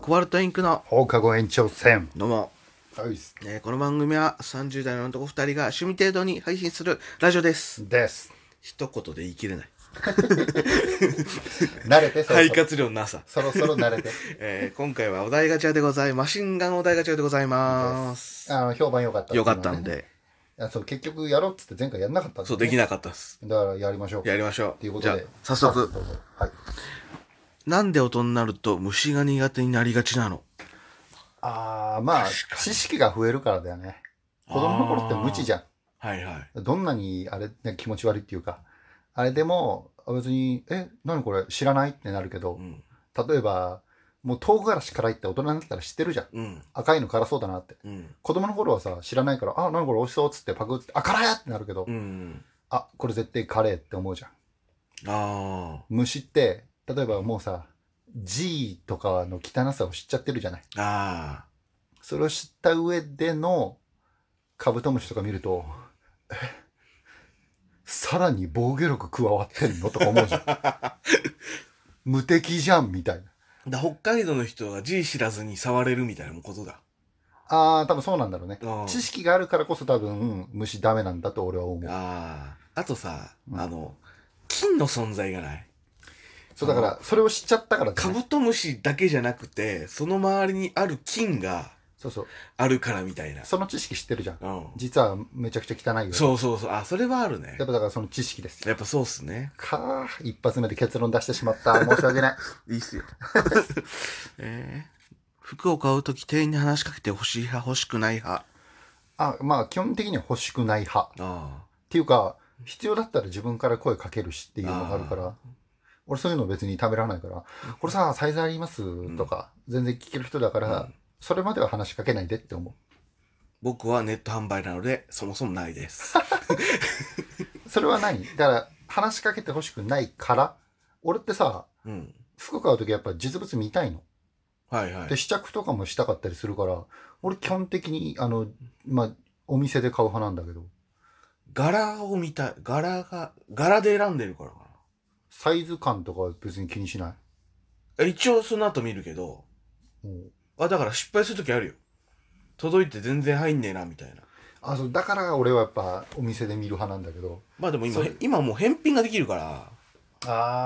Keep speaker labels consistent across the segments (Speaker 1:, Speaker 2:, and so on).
Speaker 1: コバルトインクの
Speaker 2: 放課後延長戦。
Speaker 1: どうも、
Speaker 2: はい
Speaker 1: この番組は30代の男2人が趣味程度に配信するラジオです。
Speaker 2: です。
Speaker 1: 一言で言い切れない
Speaker 2: 慣れて、
Speaker 1: 肺活量のなさ。
Speaker 2: そろそろ慣れて。
Speaker 1: 今回はお題ガチャでございます。マシンガンお題ガチャでございます。
Speaker 2: 評判良かった、
Speaker 1: よかったんで。
Speaker 2: そう結局やろうっつって前回やんなかったんで、ね、
Speaker 1: そうできなかったです。
Speaker 2: だからやりましょう。
Speaker 1: やりましょう。
Speaker 2: ということで、
Speaker 1: じゃあ早速。
Speaker 2: はい。
Speaker 1: なんで大人になると虫が苦手になりがちなの？
Speaker 2: まあ知識が増えるからだよね。子供の頃って無知じゃん。
Speaker 1: はいはい。
Speaker 2: どんなにあれ、ね、気持ち悪いっていうか、あれでも別に何これ知らないってなるけど、例えばもう唐辛子辛いって大人になったら知ってるじゃん。赤いの辛そうだなって。子供の頃はさ知らないから、何これ美味しそうっつってパクって、辛いってなるけど、これ絶対カレーって思うじゃん。虫って例えばもうさ G とかの汚さを知っちゃってるじゃない。それを知った上でのカブトムシとか見ると、さらに防御力加わってんのとか思うじゃん。無敵じゃんみたい
Speaker 1: な。北海道の人が G 知らずに触れるみたいなことだ。
Speaker 2: 多分そうなんだろうね。知識があるからこそ多分虫ダメなんだと俺は思う。
Speaker 1: あとさ、菌の存在がない。
Speaker 2: そうだからそれを知っちゃったからね。
Speaker 1: カブトムシだけじゃなくてその周りにある菌があるからみたいな。
Speaker 2: その知識知ってるじゃん。実はめちゃくちゃ汚いよ。
Speaker 1: そう。それはあるね。
Speaker 2: やっぱだからその知識ですよ。
Speaker 1: やっぱそうっすね。
Speaker 2: 一発目で結論出してしまった。申し訳ない。
Speaker 1: いいっすよ。服を買うとき店員に話しかけて欲しい派欲しくない派？
Speaker 2: まあ基本的には欲しくない派。っていうか必要だったら自分から声かけるしっていうのがあるから。俺そういうの別にためらわないから、これさサイズありますとか、全然聞ける人だから、それまでは話しかけないでって思う。
Speaker 1: 僕はネット販売なのでそもそもないです。
Speaker 2: それは何だから話しかけてほしくないから。俺ってさ、服買うときやっぱ実物見たいの。で試着とかもしたかったりするから、俺基本的にお店で買う派なんだけど。
Speaker 1: 柄を見たい。柄で選んでるからかな。
Speaker 2: サイズ感とかは別に気にしない？
Speaker 1: 一応その後見るけど、だから失敗するときあるよ。届いて全然入んねえなみたいな。
Speaker 2: そうだから俺はやっぱお店で見る派なんだけど。
Speaker 1: でも今もう返品ができるから。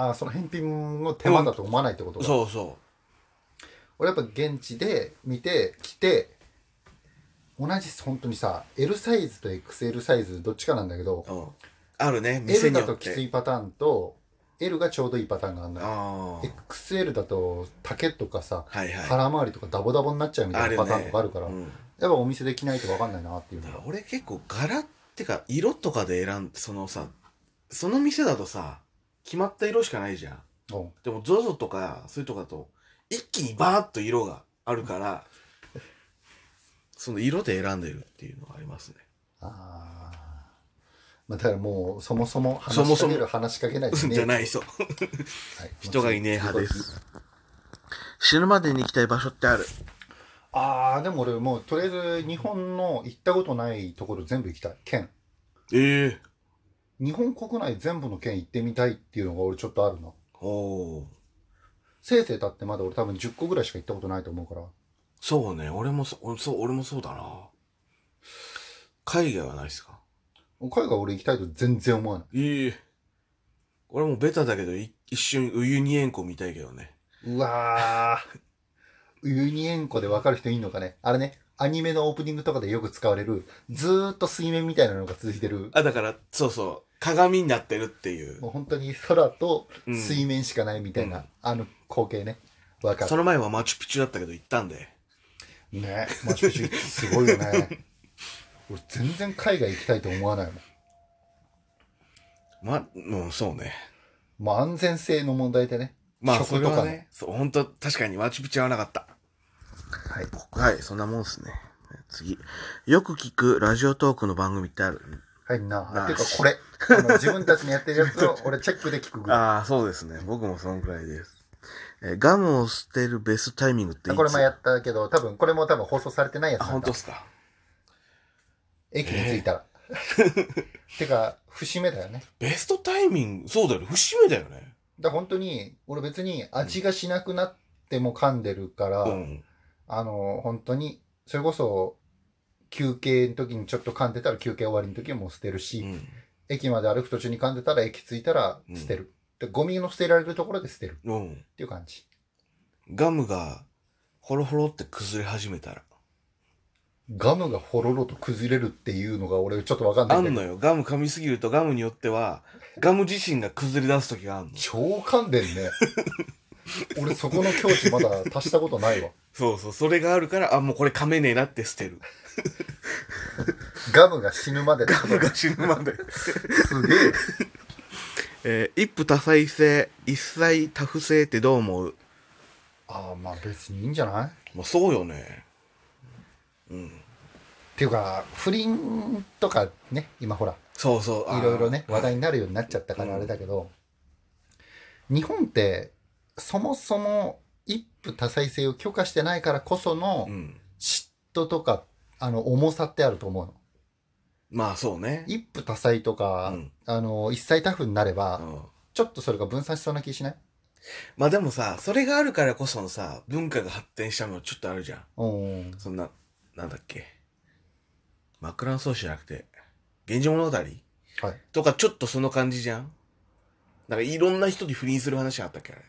Speaker 2: その返品の手間だと思わないってことだ。
Speaker 1: そう
Speaker 2: 俺やっぱ現地で見て着て、同じ本当にさ L サイズと XL サイズどっちかなんだけど、
Speaker 1: あるね。店
Speaker 2: L
Speaker 1: によって
Speaker 2: だときついパターンとL がちょうどいいパターンがあるんだよ。XL だと丈とかさ、腹回りとかダボダボになっちゃうみたいなパターンとかあるから、やっぱお店で着ないと分かんないなっていうのが。
Speaker 1: 俺結構柄ってか色とかで選んで、その店だとさ決まった色しかないじゃん。でも ZOZO とかそういうとこだと一気にバーッと色があるからその色で選んでるっていうのがありますね。
Speaker 2: だからもうそもそも話しかけない
Speaker 1: じゃない人人がいねえ派です。死ぬまでに行きたい場所ってある？
Speaker 2: でも俺もうとりあえず日本の行ったことないところ全部行きたい。県。日本国内全部の県行ってみたいっていうのが俺ちょっとあるな。せいぜいだってまだ俺多分10個ぐらいしか行ったことないと思うから。
Speaker 1: そうね。俺もそうだな。海外はないですか？
Speaker 2: 海外俺行きたいと全然思わない。
Speaker 1: 俺もベタだけど一瞬ウユニ塩湖見たいけどね。
Speaker 2: うわーウユニ塩湖で分かる人いんのかね。あれね、アニメのオープニングとかでよく使われるずーっと水面みたいなのが続いてる。
Speaker 1: だからそう鏡になってるっていう。
Speaker 2: もう本当に空と水面しかないみたいな、光景ね。分かる。
Speaker 1: その前はマチュピチュだったけど行ったんで。
Speaker 2: ね、マチュピチュすごいよね。俺全然海外行きたいと思わないも
Speaker 1: ん。そうね。
Speaker 2: 安全性の問題でね。
Speaker 1: それはね。本当確かにマチュピチュはなかった。はい、そんなもんっすね。次。よく聞くラジオトークの番組ってある？
Speaker 2: ていうかこれ。自分たちのやってるやつを俺チェックで聞くぐらい。
Speaker 1: そうですね。僕もそのくらいです。ガムを捨てるベストタイミングっていつ？
Speaker 2: これもやったけど、これも多分放送されてないやつなんだ。
Speaker 1: 本当っすか？
Speaker 2: 駅に着いたら。てか、節目だよね。
Speaker 1: ベストタイミング、そうだよね。節目だよね。
Speaker 2: 本当に、俺別に味がしなくなっても噛んでるから、
Speaker 1: うん、
Speaker 2: 本当に、それこそ、休憩の時にちょっと噛んでたら休憩終わりの時はもう捨てるし、駅まで歩く途中に噛んでたら駅着いたら捨てる。で、ゴミの捨てられるところで捨てる。っていう感じ。
Speaker 1: ガムが、ホロホロって崩れ始めたら。
Speaker 2: ガムがホロロと崩れるっていうのが俺ちょっとわかんないんだけど。
Speaker 1: あんのよ。ガム噛みすぎるとガムによっては、ガム自身が崩れ出す時があんの。
Speaker 2: 超噛んでんね。俺そこの境地まだ達したことないわ。
Speaker 1: そうそう。それがあるから、あ、もうこれ噛めねえなって捨てる。
Speaker 2: ガムが死ぬまで。
Speaker 1: ガムが死ぬまで。
Speaker 2: すげ
Speaker 1: え。一夫多妻制、一妻多夫制ってどう思う？
Speaker 2: ああ、まあ別にいいんじゃない？
Speaker 1: まあそうよね。
Speaker 2: うん。っていうか、不倫とかね、今ほら。
Speaker 1: そうそう。
Speaker 2: いろいろね、話題になるようになっちゃったからあれだけど、日本って、そもそも一夫多妻制を許可してないからこその、嫉妬とか、重さってあると思うの。
Speaker 1: まあそうね。
Speaker 2: 一夫多妻とか、一妻多夫になれば、ちょっとそれが分散しそうな気しない？
Speaker 1: まあでもさ、それがあるからこそのさ、文化が発展したのはちょっとあるじゃん。そんな、なんだっけ。枕草子じゃなくて、源氏物語、はい、とかちょっとその感じじゃん。なんかいろんな人に不倫する話あったっけあれ。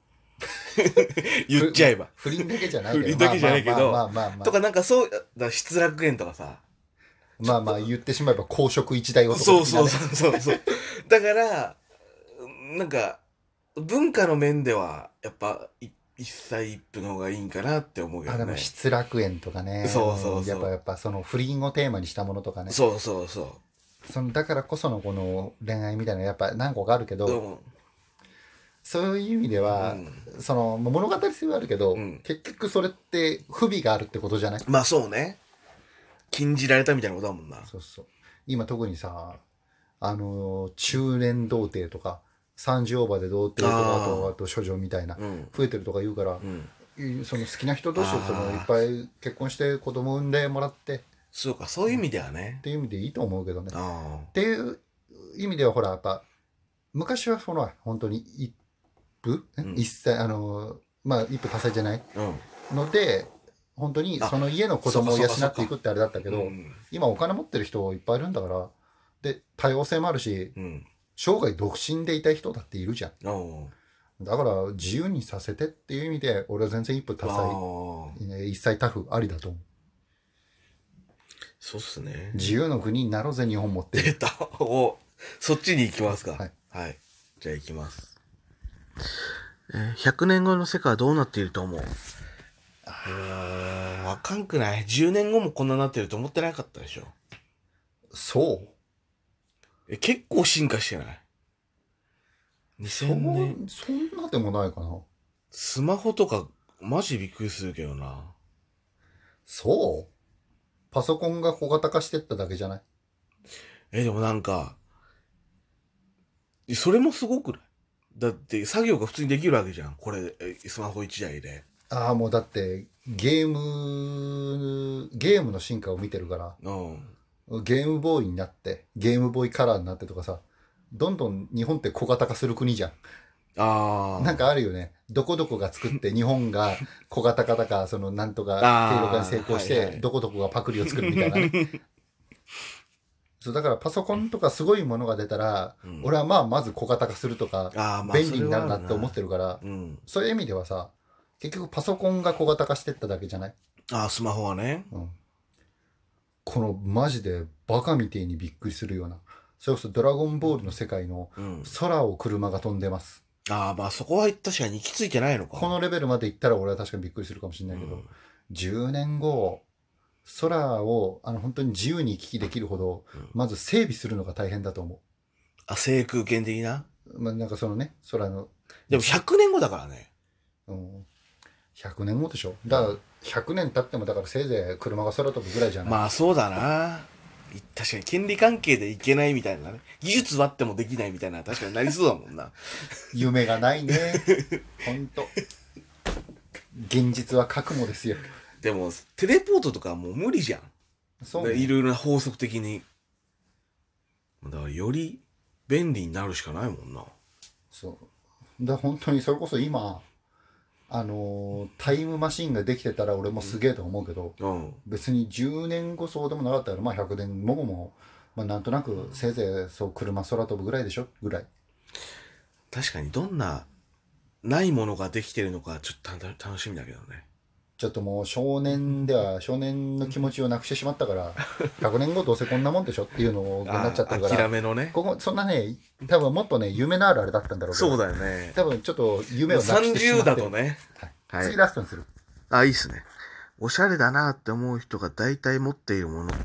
Speaker 1: 言っちゃえば。
Speaker 2: 不倫だけじゃないけど。
Speaker 1: 不倫だけじゃないけど。とかなんかそう、失楽園とかさ。
Speaker 2: まあまあ言ってしまえば公職一大男的
Speaker 1: な、ね。そうそう。だから、なんか、文化の面では、やっぱ、一妻一夫の方がいいんかなって思うけどね。
Speaker 2: でも失楽園とかね。
Speaker 1: そう
Speaker 2: やっぱその不倫をテーマにしたものとかね。
Speaker 1: そう。
Speaker 2: だからこそのこの恋愛みたいなやっぱ何個かあるけど、そういう意味では、その物語性はあるけど、結局それって不備があるってことじゃない？
Speaker 1: まあそうね。禁じられたみたいなことだもんな。
Speaker 2: そう。今特にさ、中年童貞とか、30オーバーで童貞とか、あと処女みたいな、増えてるとか言うから、その好きな人同士でいっぱい結婚して子供産んでもらって。
Speaker 1: そうか、そういう意味ではね。
Speaker 2: っていう意味でいいと思うけどね。っていう意味ではほら、やっぱ、昔は本当に一夫、一妻、まあ一夫多妻じゃない、ので、本当にその家の子供を養っていくってあれだったけど、今お金持ってる人いっぱいいるんだから、で、多様性もあるし、生涯独身でいたい人だっているじゃん。だから自由にさせてっていう意味で、俺は全然一夫多妻、一妻多夫ありだと思う。
Speaker 1: そうっすね。
Speaker 2: 自由の国になろうぜ日本もって。
Speaker 1: 出た。そっちに行きますか。はい。じゃあ行きます。100年後の世界はどうなっていると思う？わかんくない？ 10 年後もこんななってると思ってなかったでしょ。
Speaker 2: そう
Speaker 1: 結構進化してない？ 2000 年。
Speaker 2: そんなでもないかな。
Speaker 1: スマホとかマジびっくりするけどな。
Speaker 2: そう？パソコンが小型化してっただけじゃない？
Speaker 1: でもなんか、それもすごくない？だって作業が普通にできるわけじゃん。これ、スマホ1台で。
Speaker 2: ああ、もうだって、ゲームの進化を見てるから、ゲームボーイになって、ゲームボーイカラーになってとかさ、どんどん日本って小型化する国じゃん。なんかあるよね。どこどこが作って日本が小型化だか、そのなんとか経路化に成功して、どこどこがパクリを作るみたいなね。そうだからパソコンとかすごいものが出たら、俺はまず小型化するとか、便利になるなって思ってるから、そういう意味ではさ、結局パソコンが小型化してっただけじゃない？
Speaker 1: スマホはね。
Speaker 2: このマジでバカみてえにびっくりするような。それこそドラゴンボールの世界の空を車が飛んでます。
Speaker 1: まあそこは確かに行き着いてないのか。
Speaker 2: このレベルまで行ったら俺は確かにびっくりするかもしれないけど、10年後、空を本当に自由に行き来できるほど、まず整備するのが大変だと思う。
Speaker 1: 制空権的な？
Speaker 2: なんかそのね、空の。
Speaker 1: でも100年後だからね。
Speaker 2: 100年後でしょ。だから100年経ってもだからせいぜい車が空飛ぶぐらいじゃない。
Speaker 1: まあそうだな。確かに権利関係でいけないみたいなね。技術はあってもできないみたいな確かになりそうだもんな。
Speaker 2: 夢がないね。ほんと。現実は覚悟ですよ。
Speaker 1: でもテレポートとかはもう無理じゃん。そうね。いろいろな法則的に。だからより便利になるしかないもんな。
Speaker 2: そう。だから本当にそれこそ今タイムマシンができてたら俺もすげえと思うけど、別に10年後そうでもなかったら、まあ100年後も、まあなんとなくせいぜいそう車空飛ぶぐらいでしょぐらい。
Speaker 1: 確かにどんなないものができてるのかちょっと楽しみだけどね。
Speaker 2: ちょっともう少年では少年の気持ちをなくしてしまったから100年後どうせこんなもんでしょっていうのになっちゃったから、
Speaker 1: 諦めのね、
Speaker 2: ここそんなね多分もっとね夢のあるあれだったんだろうけど、
Speaker 1: そうだよね、
Speaker 2: 多分ちょっと夢をなくしてしまってる。
Speaker 1: 30だとね、
Speaker 2: はい、次ラストにする。
Speaker 1: いいっすね。おしゃれだなって思う人が大体持っているものって、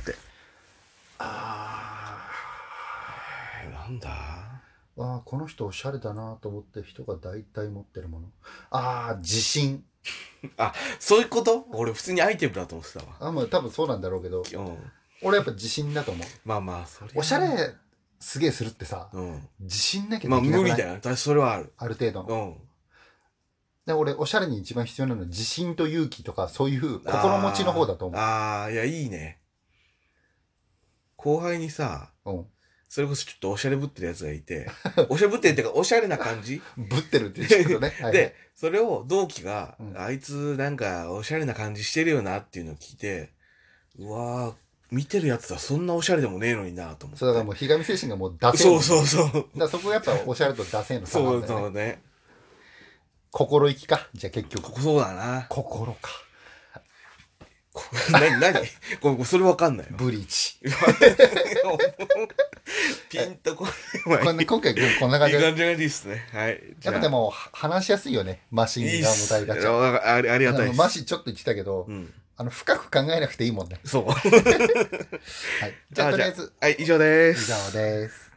Speaker 1: なんだ、
Speaker 2: この人おしゃれだなと思ってる人が大体持ってるもの、自信。
Speaker 1: そういうこと？俺普通にアイテムだと思ってたわ。
Speaker 2: まあ多分そうなんだろうけど、俺やっぱ自信だと思う。
Speaker 1: まあまあそれ
Speaker 2: おしゃれすげえするってさ、自信なきゃできなくない？
Speaker 1: まあ無理だよ。私それはある。
Speaker 2: ある程度の。で俺おしゃれに一番必要なのは自信と勇気とかそういう心持ちの方だと思う。
Speaker 1: いやいいね。後輩にさ、それこそちょっとおしゃれぶってるやつがいて、おしゃれぶってるっていうかおしゃれな感じ
Speaker 2: ぶってるって言うけどね。
Speaker 1: で、それを同期が、あいつなんかおしゃれな感じしてるよなっていうのを聞いて、うわー、見てるやつはそんなおしゃれでもねえのになと思って。
Speaker 2: そうだからもうひがみ精神がもう出せ
Speaker 1: そうそうそう。だか
Speaker 2: らそこやっぱおしゃれと出せんの差なんだよね。
Speaker 1: そうね。
Speaker 2: 心意気か。じゃあ結局。
Speaker 1: そうだな。
Speaker 2: 心か。
Speaker 1: 何それわかんないよ。
Speaker 2: ブリーチ。
Speaker 1: ピンとこ
Speaker 2: ない。今回こんな感じで。
Speaker 1: いい感じがいいっすね。はい。
Speaker 2: やっぱでも話しやすいよね。マシンガンも大ガチ
Speaker 1: ャ。ありがたいです。
Speaker 2: マシちょっと言ってたけど、深く考えなくていいもんね。
Speaker 1: そう。
Speaker 2: はい。じゃあとりあえず。
Speaker 1: はい、以上です。
Speaker 2: 以上です。